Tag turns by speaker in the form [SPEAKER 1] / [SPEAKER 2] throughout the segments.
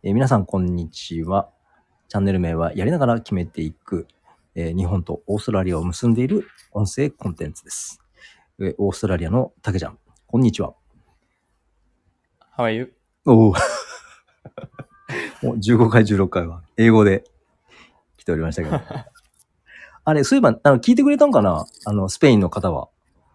[SPEAKER 1] 皆さんこんにちは。チャンネル名はやりながら決めていく、日本とオーストラリアを結んでいる音声コンテンツです。オーストラリアのたけちゃん、こんにちは。
[SPEAKER 2] How are you?
[SPEAKER 1] おお。もう15回、16回は英語で来ておりましたけど。あれ、そういえば、聞いてくれたんかな、スペインの方は。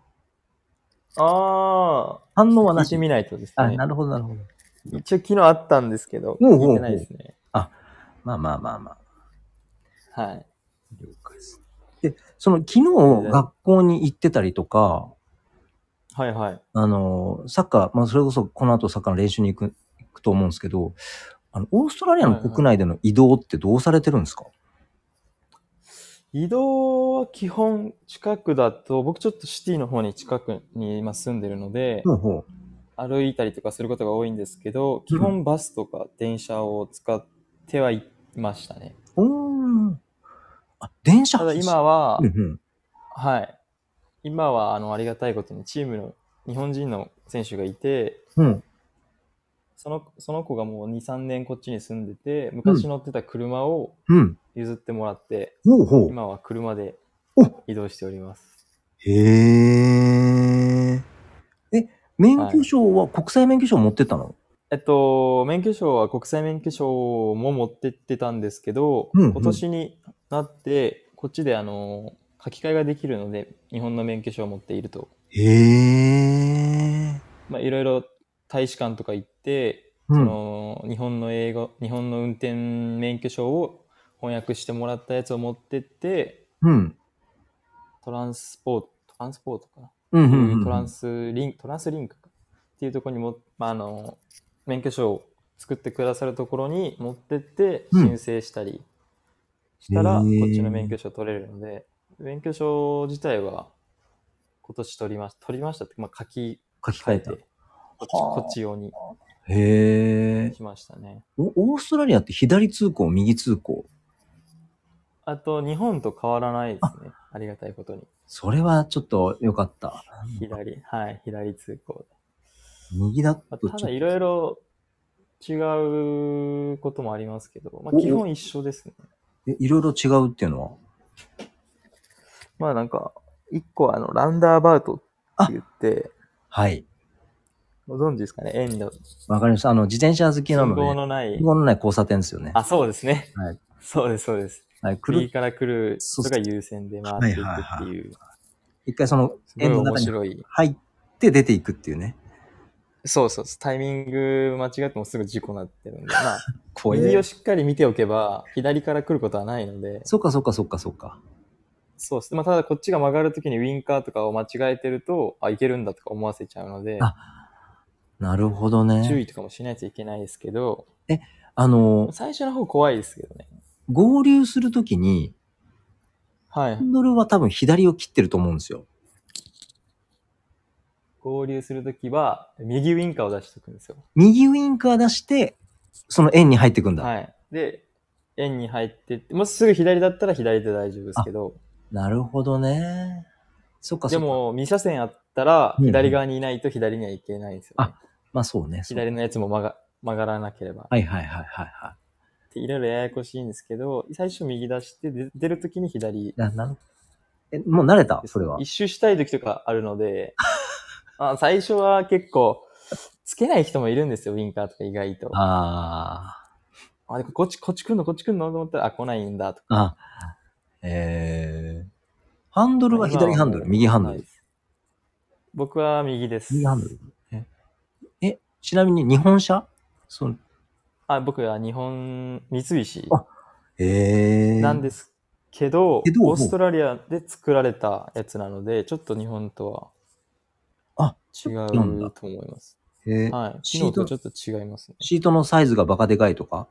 [SPEAKER 2] ああ、ちょっと聞いて
[SPEAKER 1] 反応はなし。
[SPEAKER 2] みないとです
[SPEAKER 1] あ、
[SPEAKER 2] ね。
[SPEAKER 1] なるほど、なるほど。
[SPEAKER 2] 一応昨日あったんですけど、
[SPEAKER 1] ほう
[SPEAKER 2] 聞いてない
[SPEAKER 1] ほうほう。
[SPEAKER 2] ですね。
[SPEAKER 1] あ、まあまあまあまあ。
[SPEAKER 2] はい。
[SPEAKER 1] 了解です。で、昨日学校に行ってたりとか、
[SPEAKER 2] はいはい。
[SPEAKER 1] サッカー、まあそれこそこの後サッカーの練習に行くと思うんですけど、オーストラリアの
[SPEAKER 2] はいはい。
[SPEAKER 1] 国内での移動ってどうされてるんですか？
[SPEAKER 2] 移動は基本近くだと、僕ちょっとシティの方に近くに今住んでるので、
[SPEAKER 1] ほうほ
[SPEAKER 2] 歩いたりとかすることが多いんですけど、
[SPEAKER 1] う。
[SPEAKER 2] 基
[SPEAKER 1] うん。
[SPEAKER 2] 本バスとか電車を使ってはいましたね。
[SPEAKER 1] おー。あ、電車
[SPEAKER 2] ただ
[SPEAKER 1] 走
[SPEAKER 2] 今は、
[SPEAKER 1] うん
[SPEAKER 2] はい。今はありがたいことにチームの日本人の選手がいて、
[SPEAKER 1] うん。
[SPEAKER 2] その子がもう2、3年こっちに住んでて、
[SPEAKER 1] うん。
[SPEAKER 2] 昔乗ってた車を
[SPEAKER 1] うん。
[SPEAKER 2] 譲ってもらって、
[SPEAKER 1] ほうほう。
[SPEAKER 2] 今は車で
[SPEAKER 1] お、
[SPEAKER 2] 移動しております。
[SPEAKER 1] へえ。え、免
[SPEAKER 2] はい。
[SPEAKER 1] 許証は国際免許証持ってたの？
[SPEAKER 2] 免許証は国際免許証も持ってってたんですけど、今
[SPEAKER 1] うんうん。
[SPEAKER 2] 年になって、こっちで書き換えができるので、日本の免許証を持っていると。
[SPEAKER 1] へえ。
[SPEAKER 2] まあ、いろいろ大使館とか行って、
[SPEAKER 1] うん。
[SPEAKER 2] 日本の運転免許証を翻訳してもらったやつを持ってって、
[SPEAKER 1] うん。
[SPEAKER 2] トランスポートかなっ
[SPEAKER 1] うん。うん。
[SPEAKER 2] ていう
[SPEAKER 1] うん。
[SPEAKER 2] トランスリンクかっていうところにも、免許証を作ってくださるところに持ってって
[SPEAKER 1] うん。
[SPEAKER 2] 申請したりし
[SPEAKER 1] へ
[SPEAKER 2] たら、こっちの免許
[SPEAKER 1] え。
[SPEAKER 2] 証取れるので、免許証自体は今年取りましたって、まあ、
[SPEAKER 1] 書き換えた。
[SPEAKER 2] 換えて、こっ
[SPEAKER 1] は
[SPEAKER 2] ち用に
[SPEAKER 1] あ。へえ。
[SPEAKER 2] しましたね。
[SPEAKER 1] オーストラリアって左通行、右通行？
[SPEAKER 2] あと、日本と変わらないですね。ありがたいことに。
[SPEAKER 1] それはちょっと良かった。
[SPEAKER 2] はい、左通行で。
[SPEAKER 1] 右だ
[SPEAKER 2] まあ、
[SPEAKER 1] とちょっ
[SPEAKER 2] ただ、いろいろ違うこともありますけど、まあ、
[SPEAKER 1] と、
[SPEAKER 2] 基本一緒ですね。
[SPEAKER 1] いろいろ違うっていうのは？
[SPEAKER 2] まあなんか、一個ラウンダーバウトって言っ
[SPEAKER 1] あ、
[SPEAKER 2] て、
[SPEAKER 1] はい。
[SPEAKER 2] ご存知ですかね？円の
[SPEAKER 1] わかりました。自転車好きな
[SPEAKER 2] 信
[SPEAKER 1] ので、
[SPEAKER 2] 号のない、
[SPEAKER 1] 信号のない交差点ですよね。
[SPEAKER 2] あ、そうですね。
[SPEAKER 1] はい。
[SPEAKER 2] そうです、そうです。
[SPEAKER 1] はい。
[SPEAKER 2] 右から来る
[SPEAKER 1] そうそう。
[SPEAKER 2] 人が優先で回っ
[SPEAKER 1] はい
[SPEAKER 2] ていくって
[SPEAKER 1] はいは
[SPEAKER 2] いう、
[SPEAKER 1] い。一回その
[SPEAKER 2] すごい面
[SPEAKER 1] 円の中に
[SPEAKER 2] 白い。
[SPEAKER 1] 入って出ていくっていうね。
[SPEAKER 2] そうそう、タイミング間違ってもすぐ事故になってるんで、まあ、右を
[SPEAKER 1] 怖え。
[SPEAKER 2] しっかり見ておけば、左から来ることはないので、
[SPEAKER 1] そっかそっかそっかそっか。
[SPEAKER 2] そうです。まあ、ただこっちが曲がるときにウィンカーとかを間違えてると、あ、いけるんだとか思わせちゃうので、
[SPEAKER 1] あ、なるほどね。
[SPEAKER 2] 注意とかもしないといけないですけど、
[SPEAKER 1] え、あの、
[SPEAKER 2] 最初の方怖いですけどね。
[SPEAKER 1] 合流するときに、
[SPEAKER 2] はい。
[SPEAKER 1] ハンドルは多分左を切ってると思うんですよ。
[SPEAKER 2] 合流するときは、右ウィンカーを出しておくんですよ。
[SPEAKER 1] 右ウィンカー出して、その円に入っていくんだ。
[SPEAKER 2] はい。で、円に入ってって、もうすぐ左だったら左で大丈夫です
[SPEAKER 1] あ、
[SPEAKER 2] けど、
[SPEAKER 1] なるほどね。そっかそっか。
[SPEAKER 2] でも、2車線あったら、
[SPEAKER 1] うんうん。
[SPEAKER 2] 左側にいないと左には行けないんですよ
[SPEAKER 1] あ、
[SPEAKER 2] ね。
[SPEAKER 1] まあそうね、そう。
[SPEAKER 2] 左のやつも曲がらなければ。
[SPEAKER 1] はいはいはいはいは
[SPEAKER 2] でいろいろややこしいんですけど、最初右出して、出るときに左
[SPEAKER 1] い。もう慣れた
[SPEAKER 2] ですね。
[SPEAKER 1] それは？
[SPEAKER 2] 一周したいときとかあるので、最初は結構、つけない人もいるんですよ、ウィンカーとか意外と。
[SPEAKER 1] あ
[SPEAKER 2] でこっち来んのと思ったら、あ、来ないんだと
[SPEAKER 1] あ、
[SPEAKER 2] か。
[SPEAKER 1] ハンドルは
[SPEAKER 2] 今
[SPEAKER 1] 左ハンドル、
[SPEAKER 2] はも
[SPEAKER 1] 右ハ
[SPEAKER 2] う、
[SPEAKER 1] ンドル？
[SPEAKER 2] ないです。僕は右で
[SPEAKER 1] 右ハンドル。
[SPEAKER 2] す。
[SPEAKER 1] ちなみに日本車？そう、
[SPEAKER 2] 僕は三菱
[SPEAKER 1] あ、へえ。
[SPEAKER 2] なんですけど、
[SPEAKER 1] ほう。
[SPEAKER 2] オーストラリアで作られたやつなので、ちょっと日本とは
[SPEAKER 1] あ、ちょ
[SPEAKER 2] 違
[SPEAKER 1] っと違うんだ。
[SPEAKER 2] うと思います。
[SPEAKER 1] へえ。
[SPEAKER 2] はい。機能とかちょっと違いますね。
[SPEAKER 1] シートのサイズがバカでかいとか？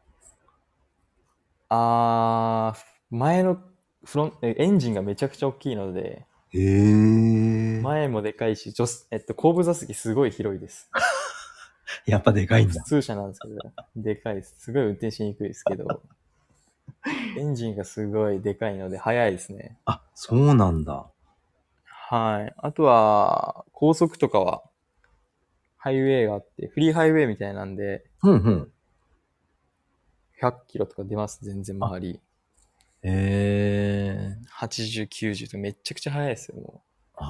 [SPEAKER 2] 前のエンジンがめちゃくちゃ大きいので、
[SPEAKER 1] へえ。
[SPEAKER 2] 前もでかいし、後部座席すごい広いです。
[SPEAKER 1] やっぱでかいんだ。
[SPEAKER 2] 普通車なんですけど、でかいです。すごい運転しにくいですけど、エンジンがすごいでかいので速いですね。
[SPEAKER 1] あ、そうなんだ。
[SPEAKER 2] はい。あとは、高速とかは、ハイウェイがあって、フリーハイウェイみたいなんで、
[SPEAKER 1] うんうん。
[SPEAKER 2] 100キロとか出ます、全然周り。
[SPEAKER 1] へえ。
[SPEAKER 2] 80、90とめっちゃくちゃ速いですよ、も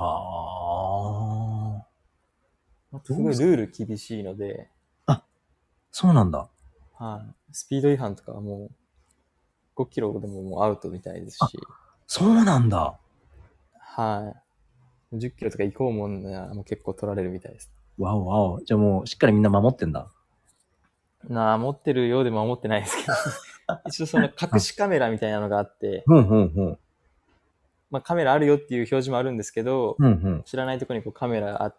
[SPEAKER 1] はあ。
[SPEAKER 2] う。すごいルール厳しいので、
[SPEAKER 1] あ、そうなんだ。
[SPEAKER 2] はい。スピード違反とかはもう5キロでももうアウトみたいです
[SPEAKER 1] あ、
[SPEAKER 2] し、
[SPEAKER 1] そうなんだ。
[SPEAKER 2] はい。10キロとか行こうもんならもう結構取られるみたいです。
[SPEAKER 1] わおわお。じゃあもうしっかりみんな守ってんだ。
[SPEAKER 2] 持ってるようでも持ってないですけど、一応その隠しカメラみたいなのがあって、
[SPEAKER 1] うんうんうん。
[SPEAKER 2] まあカメラあるよっていう表示もあるんですけど、
[SPEAKER 1] うんうん。
[SPEAKER 2] 知らないところにこうカメラがあって、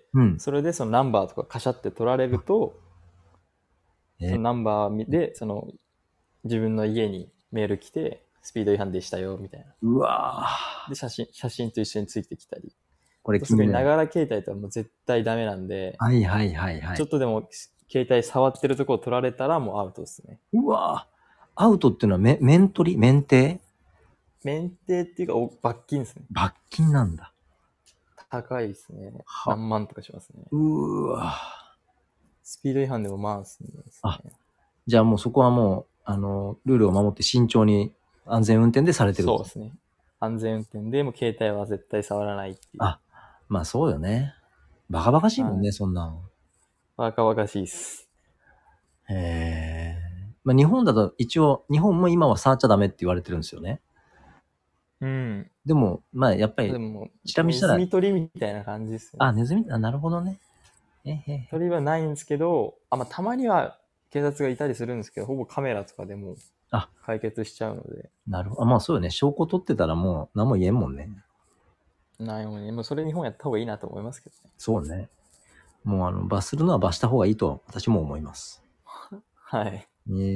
[SPEAKER 1] うん。
[SPEAKER 2] それでそのナンバーとかカシャって取られると、そ
[SPEAKER 1] え、
[SPEAKER 2] のナンバーで、その自分の家にメール来て、スピード違反でしたよ、みたいな。
[SPEAKER 1] うわ
[SPEAKER 2] で、写真と一緒についてきたり。
[SPEAKER 1] これ
[SPEAKER 2] あとすごいな
[SPEAKER 1] 気になる。
[SPEAKER 2] がら携帯とはもう絶対ダメなんで、
[SPEAKER 1] はいはいはいはい。
[SPEAKER 2] ちょっとでも携帯触ってるところを取られたらもうアウトですね。
[SPEAKER 1] うわアウトっていうのは面取り免停
[SPEAKER 2] 免停っていうか罰金ですね。
[SPEAKER 1] 罰金なんだ。
[SPEAKER 2] 高いですね。
[SPEAKER 1] は、
[SPEAKER 2] 何万とかしますね。
[SPEAKER 1] うわ
[SPEAKER 2] スピード違反でもまあすね。
[SPEAKER 1] あ、じゃあもうそこはもう、ルールを守って慎重に安全運転でされてる。
[SPEAKER 2] そうですね。安全運転でもう携帯は絶対触らないっていう。
[SPEAKER 1] あ、まあそうよね。バカバカしいもんね、
[SPEAKER 2] はい。
[SPEAKER 1] そんなの。
[SPEAKER 2] バカバカしいっす。
[SPEAKER 1] へえ。まあ日本だと一応、日本も今は触っちゃダメって言われてるんですよね。
[SPEAKER 2] うん。
[SPEAKER 1] でも、まあやっぱり、
[SPEAKER 2] でも、
[SPEAKER 1] チラ見したら、
[SPEAKER 2] ネズミ捕りみたいな感じですよ
[SPEAKER 1] あ、
[SPEAKER 2] ね。
[SPEAKER 1] ネズミ、あ、なるほどね。えへへ。
[SPEAKER 2] 鳥はないんですけど、まあ、たまには警察がいたりするんですけど、ほぼカメラとかでも
[SPEAKER 1] あ、
[SPEAKER 2] 解決しちゃうので、
[SPEAKER 1] なるほど。あ、まあそうよね。証拠取ってたらもう何も言えんもんね。
[SPEAKER 2] ないもんね。もうそれ日本やった方がいいなと思いますけどね。
[SPEAKER 1] そうね。もう罰するのは罰した方がいいと私も思います。
[SPEAKER 2] はい。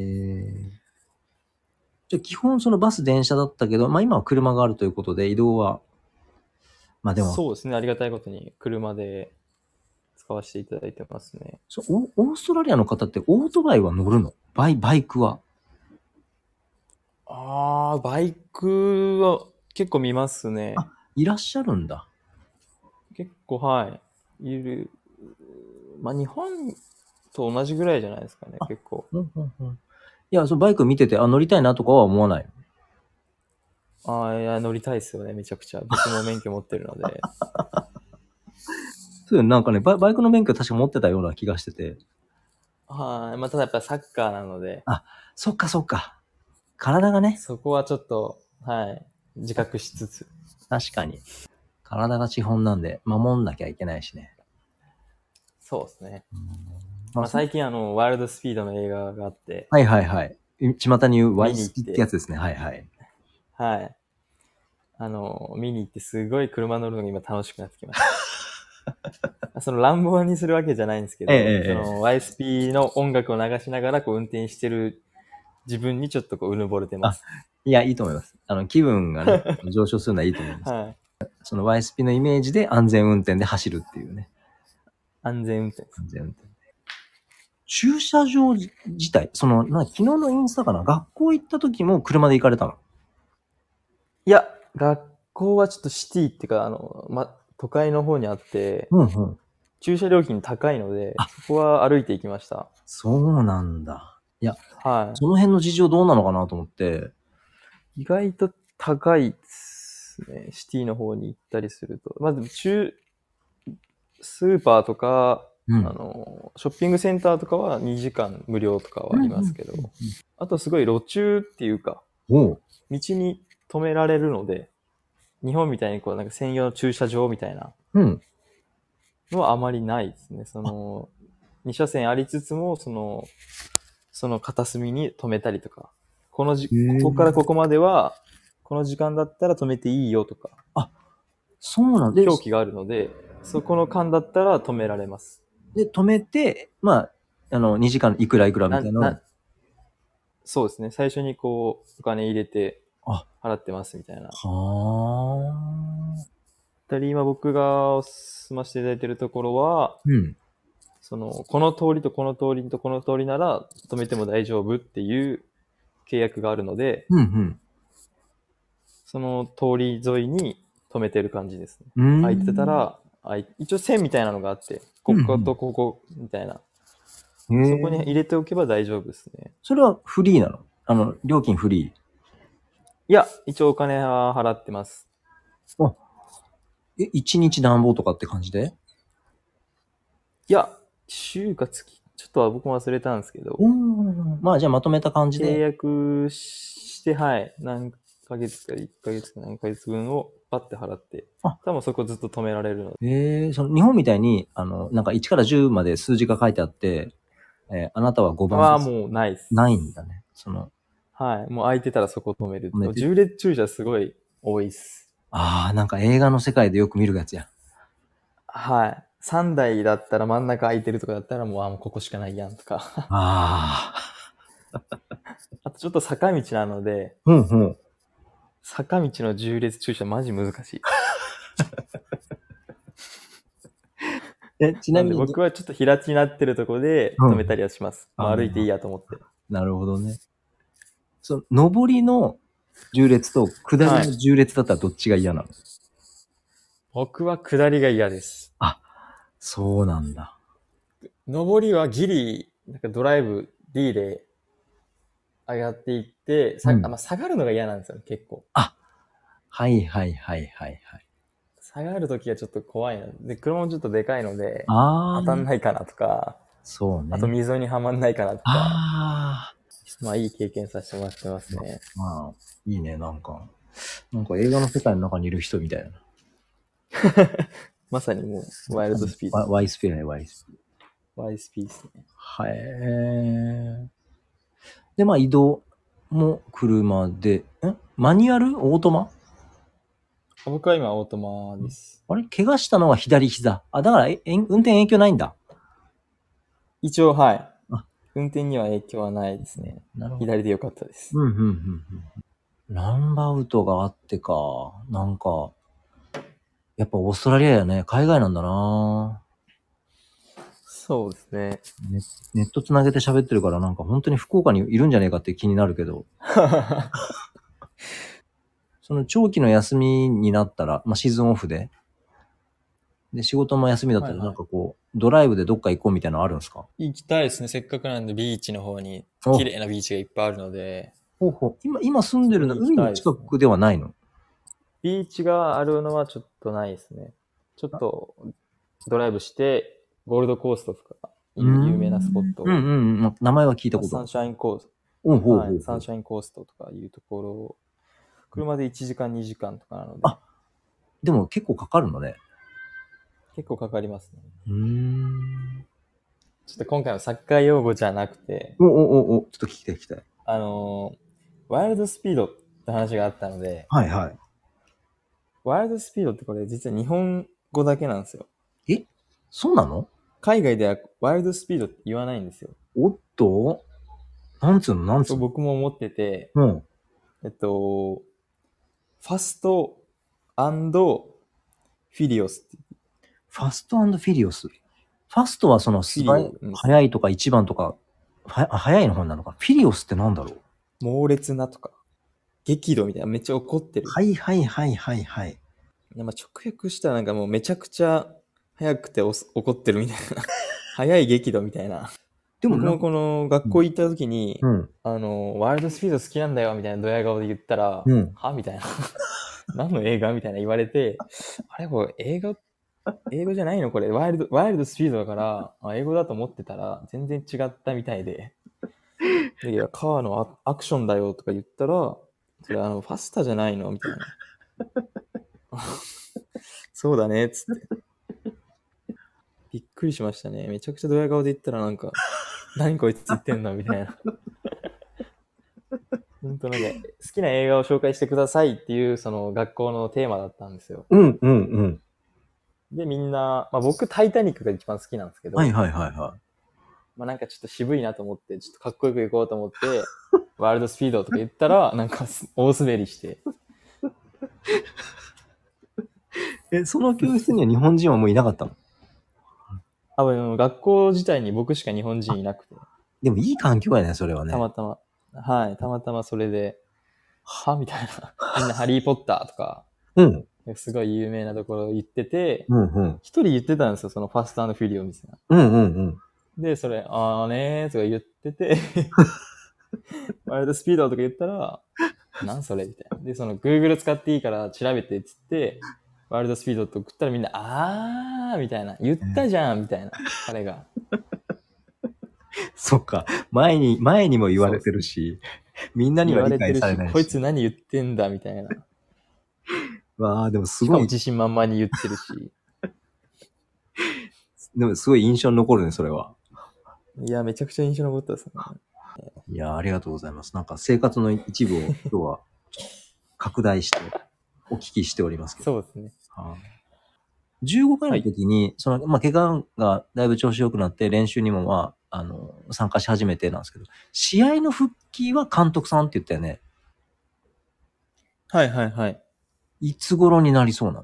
[SPEAKER 1] じゃあ基本そのバス電車だったけど、まあ今は車があるということで移動は、まあでも、
[SPEAKER 2] そうですね。ありがたいことに車で使わせていただいてますね。
[SPEAKER 1] オーストラリアの方ってオートバイは乗るのバイクは。
[SPEAKER 2] バイクは結構見ますね。
[SPEAKER 1] あ、いらっしゃるんだ。
[SPEAKER 2] 結構、はい。いる。まあ、日本と同じぐらいじゃないですかね、
[SPEAKER 1] あ、
[SPEAKER 2] 結構。
[SPEAKER 1] うんうんうん。いや、そのバイク見てて、あ、乗りたいなとかは思わない。
[SPEAKER 2] いや、乗りたいですよね、めちゃくちゃ。僕も免許持ってるので。
[SPEAKER 1] そうよね、なんかね、バイクの免許確か持ってたような気がしてて。
[SPEAKER 2] はい。まあ、ただやっぱサッカーなので、
[SPEAKER 1] あ、そっかそっか。体がね、
[SPEAKER 2] そこはちょっと、はい。自覚しつつ。
[SPEAKER 1] 確かに。体が資本なんで、守んなきゃいけないしね。
[SPEAKER 2] そうですね。
[SPEAKER 1] まあ、
[SPEAKER 2] まあ、最近ワイルドスピードの映画があって、
[SPEAKER 1] はいはいはい。巷に言うワイ
[SPEAKER 2] 見に
[SPEAKER 1] スピってや
[SPEAKER 2] 行って、
[SPEAKER 1] つですね。はいはい。
[SPEAKER 2] はい。見に行ってすごい車乗るのが今楽しくなってきました。その乱暴にするわけじゃないんですけ
[SPEAKER 1] ええ
[SPEAKER 2] ど、そ
[SPEAKER 1] ええ。
[SPEAKER 2] の YSP の音楽を流しながらこう運転してる自分にちょっとこううぬぼれてま
[SPEAKER 1] あ、
[SPEAKER 2] す。
[SPEAKER 1] いや、いいと思います。気分がね、上昇するのはいいと思います。
[SPEAKER 2] はい。
[SPEAKER 1] その YSP のイメージで安全運転で走るっていうね。
[SPEAKER 2] 安全運転です。
[SPEAKER 1] 安全運転。駐車場自体、昨日のインスタかな、学校行った時も車で行かれたの？
[SPEAKER 2] いや、学校はちょっとシティっていうか、都会の方にあって、
[SPEAKER 1] うんうん。
[SPEAKER 2] 駐車料金高いので、そこは歩いて行きました。
[SPEAKER 1] そうなんだ。いや、
[SPEAKER 2] は
[SPEAKER 1] その辺の事情どうなのかなと思って。
[SPEAKER 2] い。意外と高いですね。シティの方に行ったりすると。まず、スーパーとか、
[SPEAKER 1] うん。
[SPEAKER 2] ショッピングセンターとかは2時間無料とかはありますけど、あとすごい路中っていうか、
[SPEAKER 1] おう。
[SPEAKER 2] 道に止められるので、日本みたいにこうなんか専用の駐車場みたいな
[SPEAKER 1] うん。
[SPEAKER 2] のはあまりないですね。2車線ありつつも、その片隅に止めたりとか、ここからここまでは、この時間だったら止めていいよとか、
[SPEAKER 1] あ、そうなんで
[SPEAKER 2] 表記があるので、そこの間だったら止められます。
[SPEAKER 1] で、止めて、まあ、2時間いくらいくらみたいなの。
[SPEAKER 2] そうですね。最初にこう、お金入れて
[SPEAKER 1] あ、
[SPEAKER 2] 払ってますみたいな。
[SPEAKER 1] はあ。
[SPEAKER 2] 今僕が住ませていただいているところは、
[SPEAKER 1] うん。
[SPEAKER 2] この通りとこの通りとこの通りなら止めても大丈夫っていう契約があるので、
[SPEAKER 1] うん
[SPEAKER 2] その通り沿いに止めてる感じですね。
[SPEAKER 1] うん。
[SPEAKER 2] 空いてたら、一応線みたいなのがあって、こことここみたいな。 そこに入れておけば大丈夫ですね。
[SPEAKER 1] それはフリーなの？料金フリー。
[SPEAKER 2] いや、一応お金は払ってます。
[SPEAKER 1] 1日暖房とかって感じで？
[SPEAKER 2] いや、週か月。ちょっとは僕も忘れたんですけど。
[SPEAKER 1] まあじゃあまとめた感じ
[SPEAKER 2] 契
[SPEAKER 1] で。
[SPEAKER 2] 約して、はい。何ヶ月か1ヶ月か何ヶ月分をパッて払って。多分そこずっと止められるので。
[SPEAKER 1] その日本みたいに、なんか1から10まで数字が書いてあって、あなたは5番
[SPEAKER 2] は
[SPEAKER 1] です。
[SPEAKER 2] もうないです。
[SPEAKER 1] ないんだね。
[SPEAKER 2] はい。もう空いてたらそこ止める。縦列駐車すごい多いっす。
[SPEAKER 1] なんか映画の世界でよく見るやつや。
[SPEAKER 2] はい。3台だったら真ん中空いてるとかだったらもうここしかないやんとか。あとちょっと坂道なので、坂道の縦列駐車マジ難しい。ちなみに僕はちょっと平地になってるところで止めたりはします。歩いていいやと思って。
[SPEAKER 1] なるほどね。上りの縦列と下りの縦列だったらどっちが嫌なの？
[SPEAKER 2] 僕は下りが嫌です。
[SPEAKER 1] そうなんだ。
[SPEAKER 2] 上りはギリ、なんかドライブ D で上がっていって、下がるのが嫌なんですよ、結構。
[SPEAKER 1] はいはいはいはい。
[SPEAKER 2] 下がるときはちょっと怖いので、車もちょっとでかいので、当たんないかなとか、
[SPEAKER 1] そうね。
[SPEAKER 2] あと溝にはまんないかなとか、まあいい経験させてもらってますね。
[SPEAKER 1] まあ、いいね、なんか映画の世界の中にいる人みたいな。
[SPEAKER 2] まさにもう、ワイルドスピード。
[SPEAKER 1] ワイスピね、ワイスピ。
[SPEAKER 2] ワイスピですね。
[SPEAKER 1] はい。で、まあ移動も車で、マニュアル？オートマ？
[SPEAKER 2] 僕は今オートマです。
[SPEAKER 1] あれ怪我したのは左膝。だから運転影響ないんだ。
[SPEAKER 2] 一応、はい。運転には影響はないですね。左でよかったです。
[SPEAKER 1] ランバウトがあってか。なんか、やっぱオーストラリアやね。海外なんだな。
[SPEAKER 2] そうですね。
[SPEAKER 1] ネットつなげて喋ってるからなんか本当に福岡にいるんじゃねえかって気になるけど。その長期の休みになったら、まあシーズンオフで。で、仕事も休みだったらなんかドライブでどっか行こうみたいなのあるんですか？
[SPEAKER 2] 行きたいですね。せっかくなんでビーチの方に、綺麗なビーチがいっぱいあるので。
[SPEAKER 1] 今住んでるの海の近くではないの？
[SPEAKER 2] ビーチがあるのはちょっとないですね。ちょっとドライブして、ゴールドコーストとか、有名なスポット。
[SPEAKER 1] 名前は聞いたこと
[SPEAKER 2] サンシャインコースト。サンシャインコーストとかいうところを、車で1時間2時間とかなので。
[SPEAKER 1] でも結構かかるのね。
[SPEAKER 2] 結構かかりますね。ちょっと今回はサッカー用語じゃなくて、
[SPEAKER 1] ちょっと聞きたい。
[SPEAKER 2] ワイルドスピードって話があったので、
[SPEAKER 1] はいはい。
[SPEAKER 2] ワイルドスピードってこれ実は日本語だけなんですよ。
[SPEAKER 1] そうなの？
[SPEAKER 2] 海外ではワイルドスピードって言わないんですよ。
[SPEAKER 1] おっと？なんつうの
[SPEAKER 2] そう僕も思ってて、ファスト&フィリオスって。
[SPEAKER 1] ファスト&フィリオス。ファストはその早いとか一番とか、早いの方なのか。フィリオスってなんだろう？
[SPEAKER 2] 猛烈なとか、激怒みたいな、めっちゃ怒ってる。
[SPEAKER 1] はい。
[SPEAKER 2] 直訳したらなんかもうめちゃくちゃ早くて怒ってるみたいな。早い激怒みたいな。でも僕もこの学校行った時に、ワイルドスピード好きなんだよみたいなドヤ顔で言ったら、はみたいな。何の映画みたいな言われて、あれこれ英語じゃないのこれワイルドスピードだから英語だと思ってたら全然違ったみたいで。いや、カーのアクションだよとか言ったら、それファスタじゃないのみたいな。そうだねっつって。びっくりしましたね。めちゃくちゃドヤ顔で言ったらなんか、何こいつ言ってんのみたいな。本当なんか、好きな映画を紹介してくださいっていうその学校のテーマだったんですよ。で、みんな、僕タイタニックが一番好きなんですけど。なんかちょっと渋いなと思って、ちょっとかっこよく行こうと思って、ワールドスピードとか言ったら、なんか大滑りして。
[SPEAKER 1] その教室には日本人はもういなかったの？
[SPEAKER 2] 多分、学校自体に僕しか日本人いなくて。
[SPEAKER 1] でもいい環境やね、それはね。
[SPEAKER 2] たまたま。はい、たまたまそれで、みたいな。みんなハリーポッターとか、すごい有名なところ言ってて、一人言ってたんですよ、そのファスト&フィリオみたいな。 で、それ、あーねーとか言ってて、ワイルドスピードとか言ったら、なんそれみたいな。で、その Google 使っていいから調べてっつって、ワイルドスピードって送ったらみんな、あーみたいな。言ったじゃんみたいな。彼が。
[SPEAKER 1] そっか。前にも言われ
[SPEAKER 2] そう
[SPEAKER 1] てるし、みんなに
[SPEAKER 2] 言
[SPEAKER 1] は理解
[SPEAKER 2] われてるし、
[SPEAKER 1] されないし。
[SPEAKER 2] こいつ何言ってんだみたいな。
[SPEAKER 1] わあ、でもす
[SPEAKER 2] しか
[SPEAKER 1] ごい、
[SPEAKER 2] も自信満々に言ってるし。
[SPEAKER 1] でもすごい印象に残るね、それは。
[SPEAKER 2] いや、めちゃくちゃ印象に残ったですね。
[SPEAKER 1] いや、ありがとうございます。なんか生活の一部を今日は拡大してお聞きしておりますけど。
[SPEAKER 2] そうですね。
[SPEAKER 1] はあ、15回の時に、怪我がだいぶ調子良くなって練習にも参加し始めてなんですけど、試合の復帰は監督さんって言ったよね。
[SPEAKER 2] はいはいはい。
[SPEAKER 1] いつ頃になりそうなの？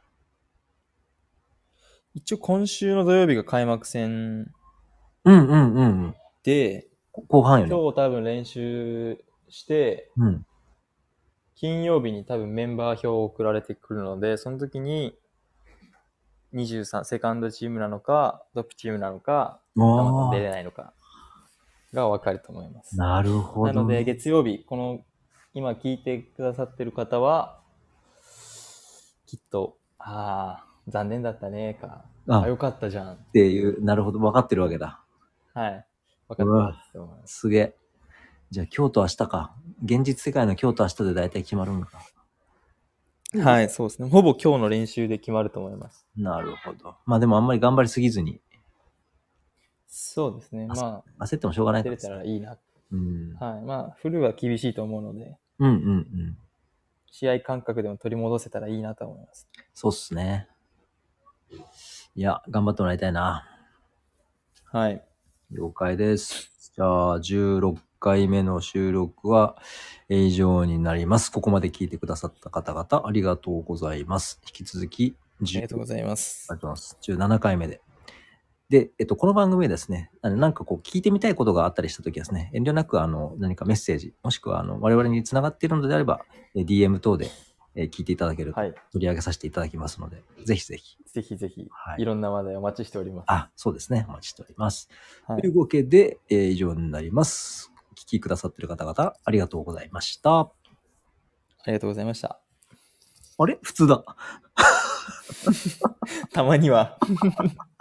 [SPEAKER 2] 一応今週の土曜日が開幕戦
[SPEAKER 1] うんうんうん。
[SPEAKER 2] で、
[SPEAKER 1] 後半よね。
[SPEAKER 2] 今日多分練習して、
[SPEAKER 1] うん。
[SPEAKER 2] 金曜日に多分メンバー表を送られてくるので、その時に23、セカンドチームなのか、トップチームなのか、たまたま出れないのかが分かると思います。
[SPEAKER 1] なるほど、ね。
[SPEAKER 2] なので月曜日、この今聞いてくださってる方は、きっと、残念だったねか、よかったじゃん
[SPEAKER 1] っていう、なるほど、分かってるわけだ。
[SPEAKER 2] はい。分かってますと思います。
[SPEAKER 1] すげえ。じゃあ今日と明日か。現実世界の今日と明日で大体決まるのか。
[SPEAKER 2] はい、そうですね。ほぼ今日の練習で決まると思います。
[SPEAKER 1] なるほど。まあでもあんまり頑張りすぎずに。
[SPEAKER 2] そうですね。まあ、
[SPEAKER 1] 焦ってもしょうがない
[SPEAKER 2] 出れたらいいな。
[SPEAKER 1] うん。
[SPEAKER 2] はい。まあ、フルは厳しいと思うので、
[SPEAKER 1] うんうんうん。
[SPEAKER 2] 試合感覚でも取り戻せたらいいなと思います。
[SPEAKER 1] そうっすね。いや、頑張ってもらいたいな。
[SPEAKER 2] はい。
[SPEAKER 1] 了解です。じゃあ、16回目の収録は以上になります。ここまで聞いてくださった方々、ありがとうございます。引き続き、
[SPEAKER 2] ありがとうございます。
[SPEAKER 1] ありがとうございます。17回目で。で、この番組でですね、なんかこう聞いてみたいことがあったりしたときはですね、遠慮なく何かメッセージ、もしくは我々につながっているのであれば、DM 等で聞いていただけると取り上げさせていただきますので、ぜひぜひ。
[SPEAKER 2] ぜひぜひ、いろんな話題お待ちしております。
[SPEAKER 1] そうですね。お待ちしております。
[SPEAKER 2] はい、
[SPEAKER 1] というわけで、以上になります。お聞きくださっている方々、ありがとうございました。あ
[SPEAKER 2] りがとうございました。
[SPEAKER 1] あれ普通だ。
[SPEAKER 2] たまには。